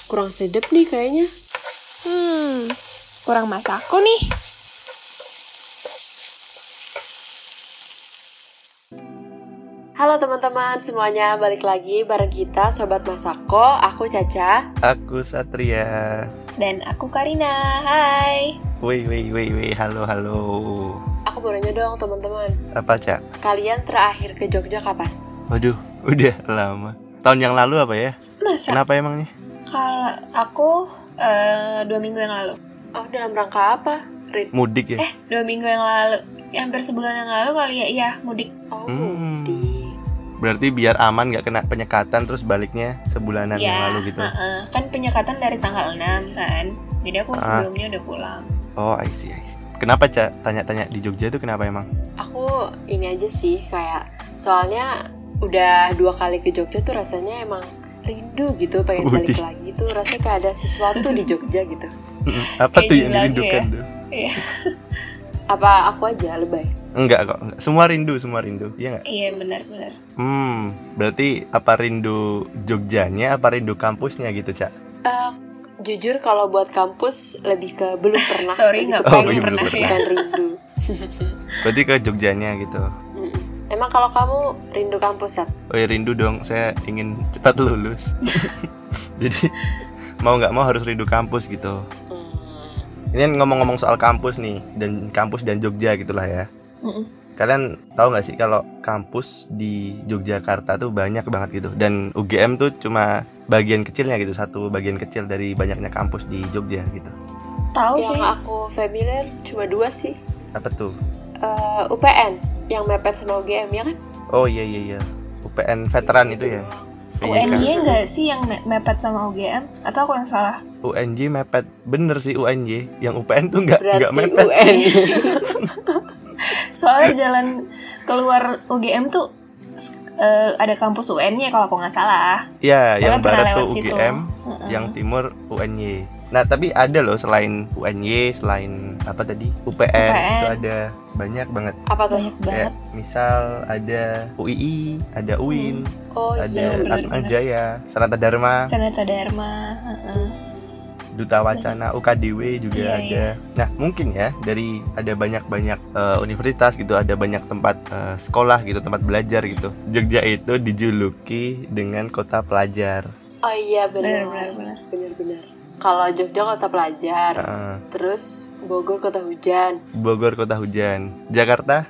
kurang sedap nih kayaknya. Kurang Masako nih. Halo teman-teman semuanya, balik lagi bareng kita Sobat Masako. Aku Caca. Aku Satria. Dan aku Karina. Hai. Woi, halo. Aku mau nanya dong teman-teman. Apa, Cak? Kalian terakhir ke Jogja kapan? Waduh, udah lama. Tahun yang lalu apa ya? Masa? Kenapa emangnya? Kalau aku 2 minggu yang lalu. Oh, dalam rangka apa, Rit? Mudik ya? 2 minggu yang lalu. Hampir sebulan yang lalu kali ya. Iya, mudik. Oh, mudik. Berarti biar aman gak kena penyekatan terus baliknya sebulanan yang lalu gitu. Kan penyekatan dari tanggal 6 kan. Jadi aku sebelumnya udah pulang. Oh, I see. Kenapa, Cak? Tanya-tanya di Jogja tuh kenapa emang? Aku ini aja sih, kayak soalnya udah 2 kali ke Jogja tuh rasanya emang rindu gitu, pengen balik lagi tuh. Rasanya kayak ada sesuatu di Jogja gitu. Apa tuh yang lagu dirindukan ya? tuh? Iya. Apa aku aja lebay? Enggak kok, enggak. Semua rindu, iya enggak? Iya, benar. Berarti apa rindu Jogjanya, apa rindu kampusnya gitu, Cak? Jujur kalau buat kampus lebih ke belum pernah. Sorry, nggak pengen pernah ya. Bukan rindu. Berarti ke Jogjanya gitu. Emang kalau kamu rindu kampus, Sat? Oh ya, rindu dong, saya ingin cepat lulus. Jadi mau nggak mau harus rindu kampus gitu. Ini ngomong-ngomong soal kampus nih, dan kampus dan Jogja gitulah ya. Kalian tahu nggak sih kalau kampus di Yogyakarta tuh banyak banget gitu, dan UGM tuh cuma bagian kecilnya gitu, satu bagian kecil dari banyaknya kampus di Jogja gitu. Tahu sih. Yang aku familiar cuma 2 sih. Apa tuh? UPN yang mepet sama UGM ya kan? Oh iya. UPN veteran itu ya. UNY nggak sih yang mepet sama UGM? Atau aku yang salah? UNY mepet, bener sih UNY. Yang UPN tuh nggak mepet. UN. Soalnya jalan keluar UGM tuh ada kampus UNY kalau aku nggak salah. Iya, yang pernah barat tuh situ. UGM, yang timur UNY. Nah, tapi ada loh selain UNY, selain apa tadi? UPN. Itu ada banyak banget. Apa tuh? Banyak banget. Misal ada UII, ada UIN, ada Atma Jaya, Sanata Dharma, Duta Wacana, UKDW juga ada. Nah, mungkin ya dari ada banyak universitas gitu, ada banyak tempat sekolah gitu, tempat belajar gitu. Jogja itu dijuluki dengan kota pelajar. Oh iya, benar. Kalau Jogja kota pelajar, terus Bogor kota hujan. Jakarta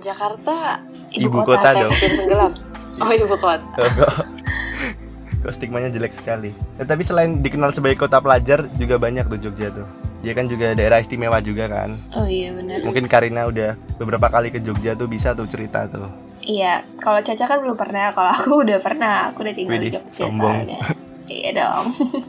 ibu kota dong. Tenggelam. Oh, ibu kota. Kok stigmanya jelek sekali. Tapi selain dikenal sebagai kota pelajar, juga banyak tuh Jogja tuh. Dia kan juga daerah istimewa juga kan. Oh iya, benar. Mungkin Karina udah beberapa kali ke Jogja tuh, bisa tuh cerita tuh. Iya, kalau Caca kan belum pernah. Kalau aku udah pernah. Aku udah tinggal di Jogja soalnya. Iya dong.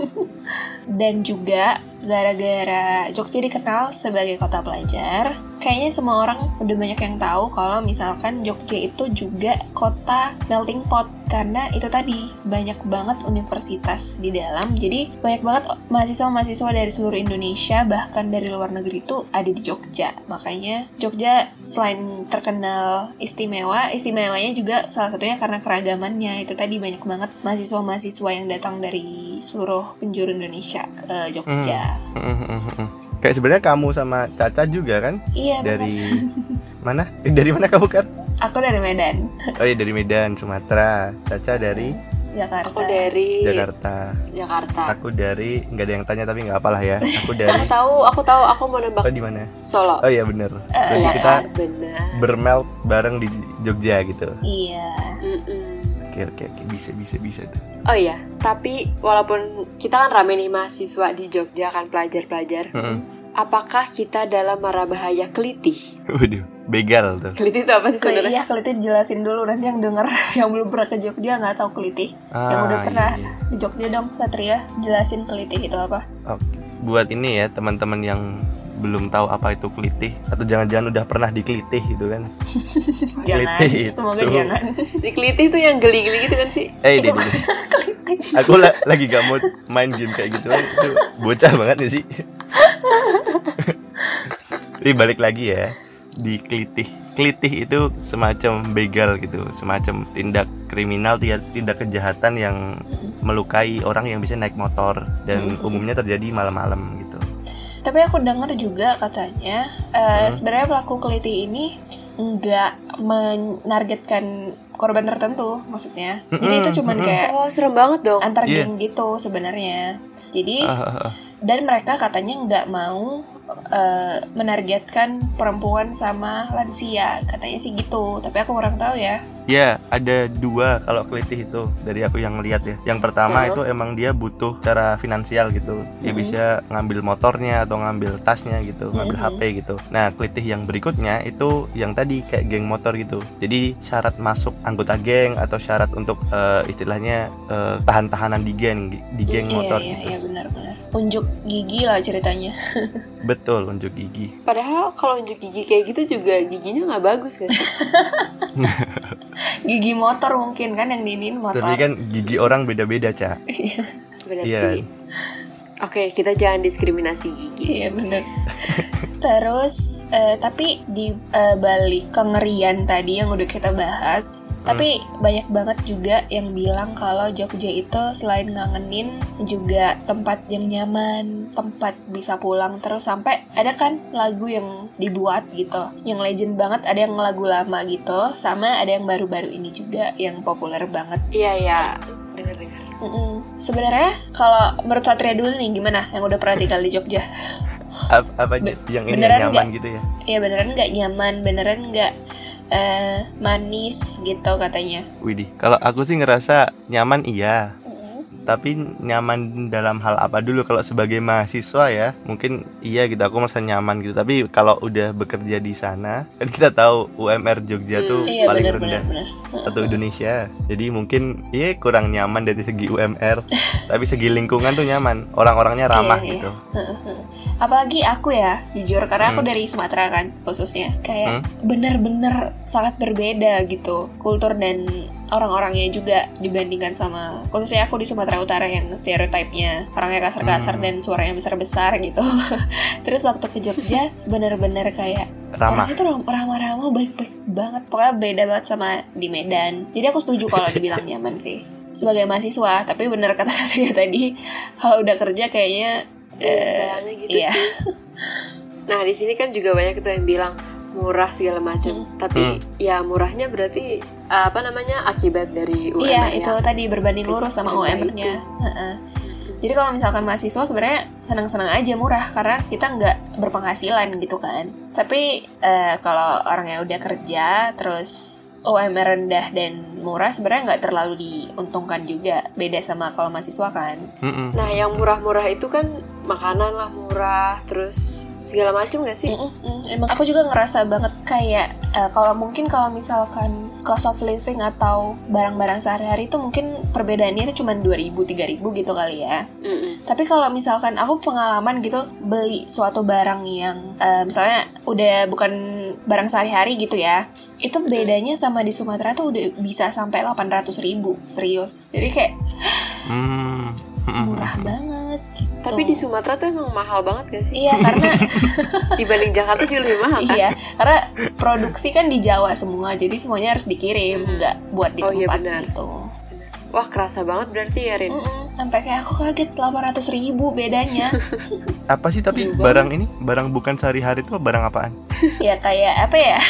Dan juga gara-gara Jogja dikenal sebagai kota pelajar, kayaknya semua orang udah banyak yang tahu kalau misalkan Jogja itu juga kota melting pot, karena itu tadi banyak banget universitas di dalam. Jadi banyak banget mahasiswa-mahasiswa dari seluruh Indonesia, bahkan dari luar negeri itu ada di Jogja. Makanya Jogja selain terkenal istimewanya juga salah satunya karena keragamannya. Itu tadi banyak banget mahasiswa-mahasiswa yang datang dari seluruh penjuru Indonesia ke Jogja. Kayak sebenarnya kamu sama Caca juga kan? Iya, dari mana? Dari mana kamu kan? Aku dari Medan. Oh iya, dari Medan, Sumatera. Caca dari Jakarta. Aku dari Jakarta. Aku dari, nggak ada yang tanya tapi nggak apalah ya. Aku dari. Aku tahu. Aku mau nebak. Oh, di mana? Solo. Oh iya, bener. Jadi kita bermelt bareng di Jogja gitu. Iya. Oke, bisa tuh. Oh iya, tapi walaupun kita kan rame nih mahasiswa di Jogja kan, pelajar-pelajar, apakah kita dalam mara bahaya kelitih? Waduh, begal tuh. Kelitih itu apa sih sebenarnya? Iya, kelitih jelasin dulu, nanti yang denger yang belum pernah ke Jogja nggak tahu kelitih. Yang udah pernah di Jogja dong, Satria, jelasin kelitih itu apa? Oke. Buat ini ya, teman-teman yang belum tahu apa itu kelitih, atau jangan-jangan udah pernah dikelitih gitu kan. Jangan, semoga jangan. Si kelitih itu yang geli-geli gitu kan sih. Itu kelitih. Aku lagi gak mau main game kayak gitu kan. Itu bocah banget nih sih. Tapi balik lagi ya, di kelitih. klitih itu semacam begal gitu, semacam tindak kriminal, tindak kejahatan yang melukai orang yang bisa naik motor dan umumnya terjadi malam-malam gitu. Tapi aku dengar juga katanya sebenarnya pelaku kelitih ini nggak menargetkan korban tertentu, maksudnya. Jadi itu cuman kayak serem banget dong. Antar geng gitu sebenarnya. Jadi dan mereka katanya nggak mau menargetkan perempuan sama lansia, katanya sih gitu. Tapi aku kurang tahu ya. Ya, ada dua kalau kelitih itu dari aku yang lihat ya. Yang pertama itu emang dia butuh secara finansial gitu. Dia bisa ngambil motornya atau ngambil tasnya gitu, ngambil HP gitu. Nah, kelitih yang berikutnya itu yang tadi kayak geng motor gitu. Jadi syarat masuk anggota geng atau syarat untuk istilahnya tahan-tahanan di geng motor gitu. Iya benar-benar. Unjuk gigi lah ceritanya. Betul, unjuk gigi. Padahal kalau unjuk gigi kayak gitu juga giginya nggak bagus kan? Gigi motor mungkin kan yang diinin motor. Tapi kan gigi orang beda-beda, Ca. Benar sih. Oke, kita jangan diskriminasi gigi. Iya benar. Terus tapi di balik kengerian tadi yang udah kita bahas, tapi banyak banget juga yang bilang kalau Jogja itu selain ngangenin juga tempat yang nyaman, tempat bisa pulang terus, sampai ada kan lagu yang dibuat gitu, yang legend banget, ada yang lagu lama gitu, sama ada yang baru-baru ini juga yang populer banget. Iya, dengar. Sebenarnya kalau menurut Satria dulu nih, gimana yang udah pernah tinggal di Jogja? Apa yang ini nyaman gitu ya? Iya, beneran nggak nyaman, beneran nggak manis gitu katanya. Widih, kalau aku sih ngerasa nyaman iya. Tapi nyaman dalam hal apa dulu? Kalau sebagai mahasiswa ya, mungkin iya gitu, aku merasa nyaman gitu. Tapi kalau udah bekerja di sana, kan kita tahu UMR Jogja tuh paling rendah satu Indonesia. Jadi mungkin kurang nyaman dari segi UMR. Tapi segi lingkungan tuh nyaman, orang-orangnya ramah gitu. Apalagi aku ya, jujur, karena aku dari Sumatera kan khususnya, kayak bener-bener sangat berbeda gitu kultur dan orang-orangnya juga dibandingkan sama, khususnya aku di Sumatera Utara yang stereotipnya orangnya kasar-kasar dan suaranya besar-besar gitu. Terus waktu ke Jogja bener-bener kayak ramah. Orangnya tuh ramah-ramah, baik-baik banget. Pokoknya beda banget sama di Medan. Jadi aku setuju kalau dibilang nyaman sih sebagai mahasiswa. Tapi bener kata Satria tadi, kalau udah kerja kayaknya sayangnya gitu sih. Nah di sini kan juga banyak tuh yang bilang murah segala macam. Tapi ya murahnya berarti akibat dari UMR. Iya, itu tadi berbanding lurus sama UMR-nya. Jadi kalau misalkan mahasiswa sebenarnya senang-senang aja murah karena kita nggak berpenghasilan gitu kan. Tapi kalau orang yang udah kerja terus UMR rendah dan murah sebenarnya nggak terlalu diuntungkan juga. Beda sama kalau mahasiswa kan. Nah yang murah-murah itu kan makanan lah murah, terus segala macam nggak sih? Emang aku juga ngerasa banget kayak kalau misalkan cost of living atau barang-barang sehari-hari itu mungkin perbedaannya itu cuma 2.000-3.000 gitu kali ya. Tapi kalau misalkan aku pengalaman gitu beli suatu barang yang misalnya udah bukan barang sehari-hari gitu ya, itu bedanya sama di Sumatera tuh udah bisa sampai 800.000, serius. Jadi kayak murah banget gitu. Tapi di Sumatera tuh emang mahal banget gak sih? Iya, karena dibanding Jakarta juga lebih mahal kan? Iya, karena produksi kan di Jawa semua, jadi semuanya harus dikirim, nggak buat di tempat gitu. Wah, kerasa banget berarti ya, Rin. Sampai kayak aku kaget 800.000 bedanya. Apa sih tapi barang ini? Barang bukan sehari-hari itu barang apaan? Ya kayak apa ya?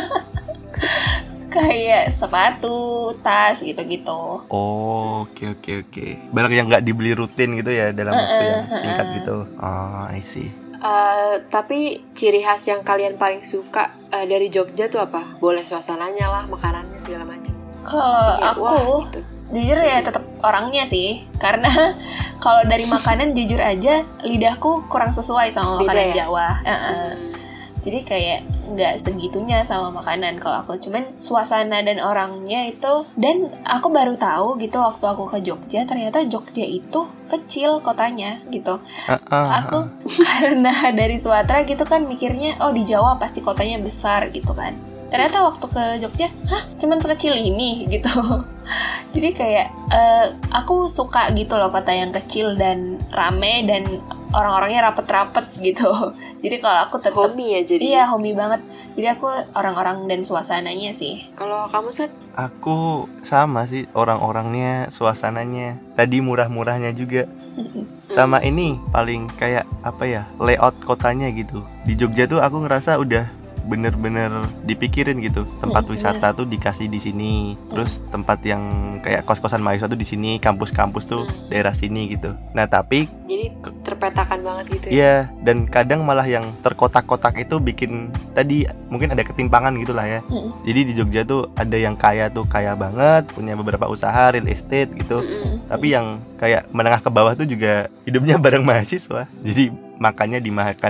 Kayak sepatu, tas gitu-gitu. Oh, oke. Barang yang nggak dibeli rutin gitu ya dalam waktu yang singkat gitu. Oh, I see. Tapi ciri khas yang kalian paling suka dari Jogja tuh apa? Boleh suasananya lah, makanannya segala macam. Kalau aku gitu. Jujur ya tetap orangnya sih. Karena kalau dari makanan jujur aja lidahku kurang sesuai sama makanan Jawa. Jadi kayak nggak segitunya sama makanan kalau aku, cuman suasana dan orangnya itu. Dan aku baru tahu gitu waktu aku ke Jogja, ternyata Jogja itu kecil kotanya gitu. Aku karena dari Sumatera gitu kan mikirnya di Jawa pasti kotanya besar gitu kan. Ternyata waktu ke Jogja, cuman sekecil ini gitu. Jadi kayak aku suka gitu loh kota yang kecil dan rame dan orang-orangnya rapet-rapet gitu. Jadi kalau aku tetap homey ya jadi. Iya, homey banget. Jadi aku orang-orang dan suasananya sih. Kalau kamu Sat? Aku sama sih, orang-orangnya, suasananya. Tadi murah-murahnya juga. Sama ini paling kayak apa ya, layout kotanya gitu. Di Jogja tuh aku ngerasa udah bener-bener dipikirin gitu. Tempat wisata tuh dikasih di sini. Terus tempat yang kayak kos-kosan mahasiswa tuh di sini, kampus-kampus tuh daerah sini gitu. Nah, tapi jadi terpetakan banget gitu ya. Iya, dan kadang malah yang terkotak-kotak itu bikin tadi mungkin ada ketimpangan gitulah ya. Jadi di Jogja tuh ada yang kaya tuh kaya banget, punya beberapa usaha real estate gitu. Tapi yang kayak menengah ke bawah tuh juga hidupnya bareng mahasiswa. Jadi makannya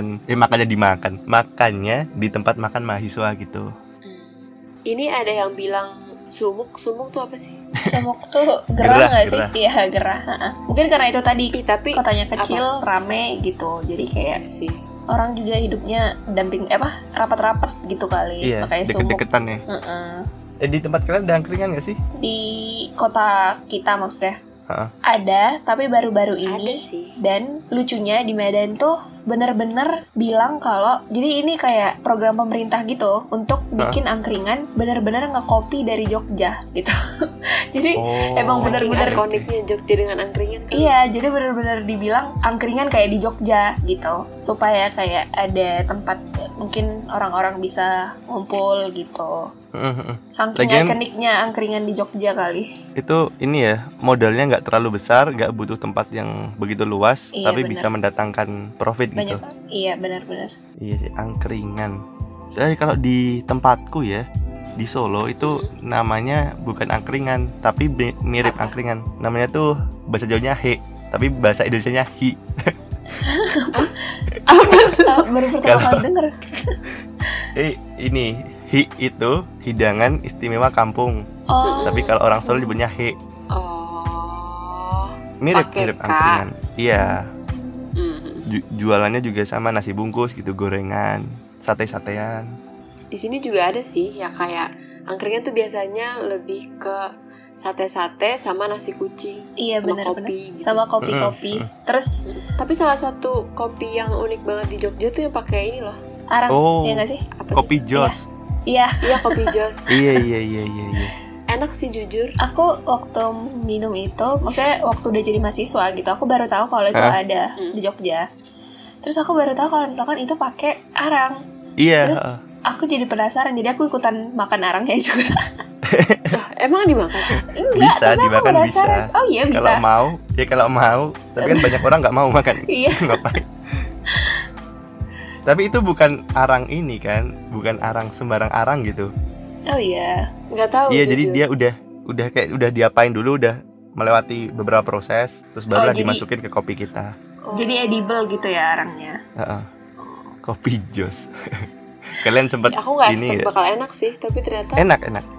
di tempat makan mahasiswa gitu. Ini ada yang bilang sumuk tuh apa sih? Sumuk tuh gerah nggak sih? Iya, gerah. Mungkin karena itu tadi tapi kotanya kecil, rame gitu. Jadi kayak sih orang juga hidupnya rapat-rapat gitu kali. Iya, makanya sumuk. Deket-deketan ya. Di tempat kalian ada angkringan nggak sih? Di kota kita maksudnya? Ada, tapi baru-baru ini. Dan lucunya di Medan tuh bener-bener bilang kalau jadi ini kayak program pemerintah gitu untuk bikin angkringan bener-bener nge-copy dari Jogja gitu. Jadi emang bener-bener ikoniknya Jogja dengan angkringan kan? Iya, jadi bener-bener dibilang angkringan kayak di Jogja gitu, supaya kayak ada tempat mungkin orang-orang bisa ngumpul gitu. Saking ikoniknya angkringan di Jogja kali. Itu ini ya, modalnya nggak terlalu besar, nggak butuh tempat yang begitu luas, tapi bener. Bisa mendatangkan profit banyak, gitu. Iya, benar-benar. Iya sih, angkringan. Jadi kalau di tempatku ya, di Solo itu namanya bukan angkringan, tapi mirip angkringan. Namanya tuh bahasa Jawanya he, tapi bahasa Indonesianya hi. Baru pertama kali denger. Ini hi itu hidangan istimewa kampung. Tapi kalau orang Solo nyebutnya he. Mirip angkringan. Iya. Jualannya juga sama, nasi bungkus gitu, gorengan, sate-satean. Di sini juga ada sih yang kayak angkringan tuh biasanya lebih ke sate-sate sama nasi kucing. Iya, sama bener, kopi gitu. Sama kopi-kopi. Terus tapi salah satu kopi yang unik banget di Jogja tuh yang pakai ini loh, arang, ya nggak sih? Kopi Jos. Iya, kopi Jos. Iya. Enak sih jujur. Aku waktu minum itu, maksudnya waktu udah jadi mahasiswa gitu, aku baru tahu kalau itu ada di Jogja. Terus aku baru tahu kalau misalkan itu pakai arang. Iya. Terus aku jadi penasaran, jadi aku ikutan makan arangnya juga. Emang dimakan? Enggak, bisa, tapi aku penasaran. Bisa. Oh iya, bisa. Kalau mau, tapi kan banyak orang nggak mau makan. Iya. Ngapain? Tapi itu bukan arang ini kan, bukan arang sembarang arang gitu. Oh iya. Nggak tahu. Iya, jadi dia udah diapain dulu, udah melewati beberapa proses, terus baru dimasukin ke kopi kita. Jadi edible gitu ya arangnya. Kopi Jos. Kalian sempat aku nggak expect bakal enak sih, tapi ternyata enak.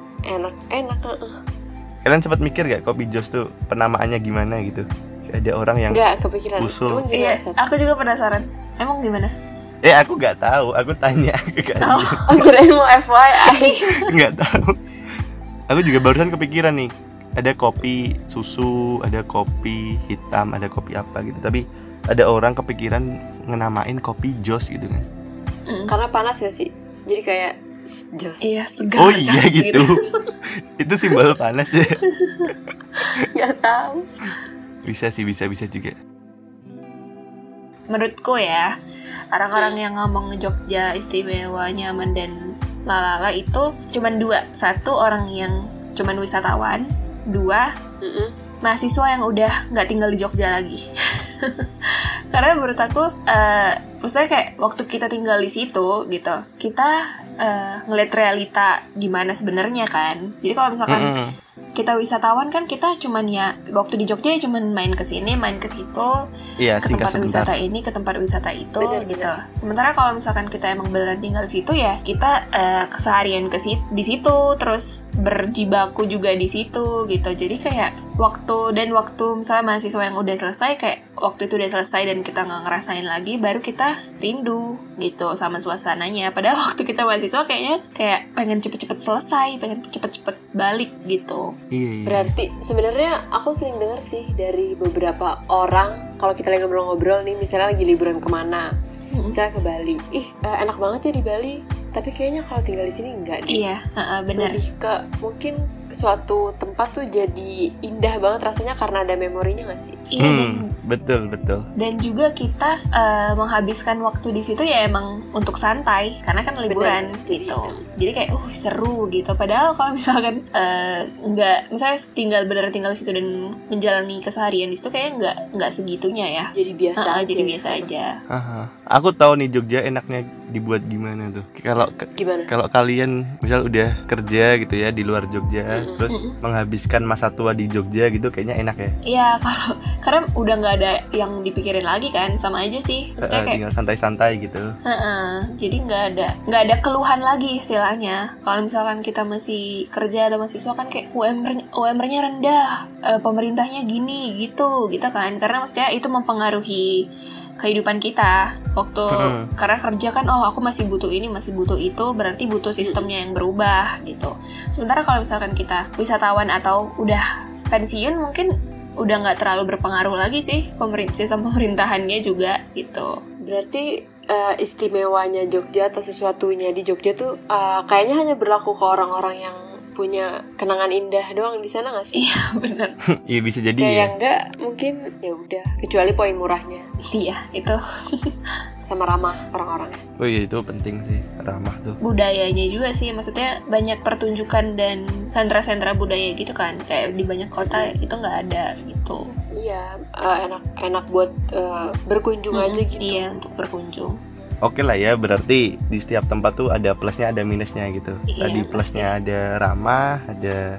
Kalian sempat mikir gak kopi Jos tuh penamaannya gimana gitu? Ada orang yang nggak kepikiran. Usul. Iya, aku juga penasaran. Emang gimana? Aku nggak tahu. Aku tanya ke kalian. Kirain mau FYI. Nggak tahu. Aku juga barusan kepikiran nih. Ada kopi susu, ada kopi hitam, ada kopi apa gitu. Tapi ada orang kepikiran ngenamain kopi Jos gitu kan. Karena panas ya sih. Jadi kayak Jos. Iya, segar. Oh iya gitu. Itu simbol panas ya. Nggak tahu. Bisa juga. Menurutku ya, orang-orang yang ngomong Jogja istimewa, nyaman dan lalala itu cuman dua. Satu, orang yang cuman wisatawan. Dua, mahasiswa yang udah nggak tinggal di Jogja lagi. Karena menurut aku, maksudnya kayak waktu kita tinggal di situ gitu, kita ngeliat realita gimana sebenarnya kan. Jadi kalau misalkan kita wisatawan kan kita cuman ya waktu di Jogja ya cuman main ke sini, main ke situ, ke tempat wisata ini, ke tempat wisata itu, gitu. Sementara kalau misalkan kita emang beneran tinggal di situ ya kita keseharian di situ, terus berjibaku juga di situ gitu. Jadi kayak waktu misalnya mahasiswa yang udah selesai, kayak waktu itu udah selesai dan kita nggak ngerasain lagi, baru kita rindu gitu sama suasananya. Padahal waktu kita masih mahasiswa kayaknya kayak pengen cepet-cepet selesai, pengen cepet-cepet balik gitu. Iya. Berarti sebenarnya aku sering dengar sih dari beberapa orang kalau kita lagi ngobrol-ngobrol nih, misalnya lagi liburan kemana, misalnya ke Bali, enak banget ya di Bali, tapi kayaknya kalau tinggal di sini enggak deh. Iya, benar. Lebih ke mungkin suatu tempat tuh jadi indah banget rasanya karena ada memorinya nggak sih? Iya, betul. Dan juga kita menghabiskan waktu di situ ya emang untuk santai karena kan liburan. Bener, gitu. Jadi kayak seru gitu. Padahal kalau misalkan nggak, misalnya benar tinggal di situ dan menjalani keseharian di situ kayaknya nggak segitunya ya. Jadi biasa aja. Jadi biasa aja. Aku tahu nih Jogja enaknya dibuat gimana tuh. Kalau kalian misal udah kerja gitu ya di luar Jogja, terus menghabiskan masa tua di Jogja gitu, kayaknya enak ya. Iya, karena udah nggak ada yang dipikirin lagi kan, sama aja sih. Maksudnya kayak tinggal santai-santai gitu. Jadi nggak ada keluhan lagi istilahnya. Kalau misalkan kita masih kerja atau mahasiswa kan kayak UMR-nya rendah, pemerintahnya gini gitu kan. Karena maksudnya itu mempengaruhi kehidupan kita waktu karena kerja kan, aku masih butuh ini, masih butuh itu, berarti butuh sistemnya yang berubah gitu. Sementara kalau misalkan kita wisatawan atau udah pensiun mungkin udah nggak terlalu berpengaruh lagi sih sistem pemerintahannya juga gitu. Berarti istimewanya Jogja atau sesuatunya di Jogja tuh kayaknya hanya berlaku ke orang-orang yang punya kenangan indah doang di sana nggak sih? Iya, benar. Iya, bisa jadi kayak ya. Enggak, mungkin ya udah, kecuali poin murahnya. Iya, itu. Sama ramah orang-orangnya. Oh iya, itu penting sih, ramah tuh. Budayanya juga sih, maksudnya banyak pertunjukan dan sentra-sentra budaya gitu kan. Kayak di banyak kota itu nggak ada gitu. Iya, enak buat berkunjung aja gitu. Iya, untuk berkunjung. Oke lah ya, berarti di setiap tempat tuh ada plusnya, ada minusnya gitu. Iya, tadi plusnya pasti. Ada ramah, ada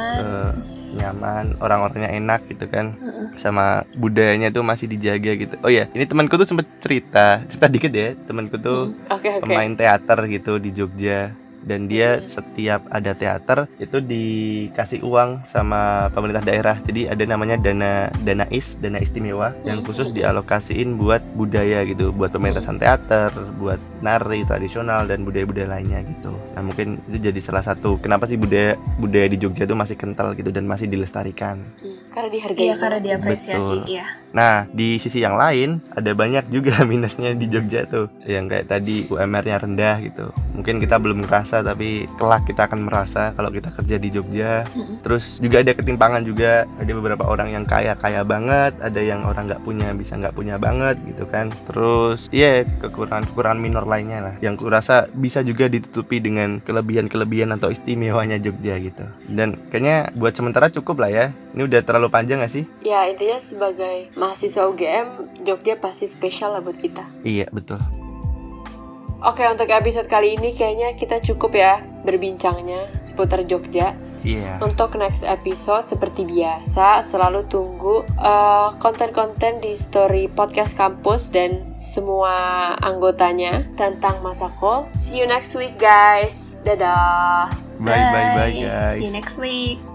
nyaman, orang-orangnya enak gitu kan. Sama budayanya tuh masih dijaga gitu. Oh ya, ini temanku tuh sempet cerita dikit ya. Temanku tuh pemain teater gitu di Jogja. Dan dia setiap ada teater itu dikasih uang sama pemerintah daerah. Jadi ada namanya dana istimewa yang khusus dialokasiin buat budaya gitu, buat pementasan teater, buat nari tradisional dan budaya-budaya lainnya gitu. Nah, mungkin itu jadi salah satu kenapa sih budaya di Jogja tuh masih kental gitu dan masih dilestarikan. Karena dihargai. Iya, karena diapresiasi. Iya. Nah, di sisi yang lain ada banyak juga minusnya di Jogja tuh. Yang kayak tadi UMR-nya rendah gitu. Mungkin kita belum ngerasa, tapi kelak kita akan merasa kalau kita kerja di Jogja. Terus juga ada ketimpangan juga. Ada beberapa orang yang kaya banget, ada yang orang nggak punya banget gitu kan. Terus kekurangan minor lainnya lah yang kurasa bisa juga ditutupi dengan kelebihan atau istimewanya Jogja gitu. Dan kayaknya buat sementara cukup lah ya. Ini udah terlalu panjang gak sih? Ya, intinya sebagai mahasiswa UGM, Jogja pasti spesial lah buat kita. Iya, betul. Oke, untuk episode kali ini kayaknya kita cukup ya berbincangnya seputar Jogja. Iya. Untuk next episode seperti biasa selalu tunggu konten-konten di story podcast kampus dan semua anggotanya tentang Masako. See you next week guys. Dadah. Bye guys. See you next week.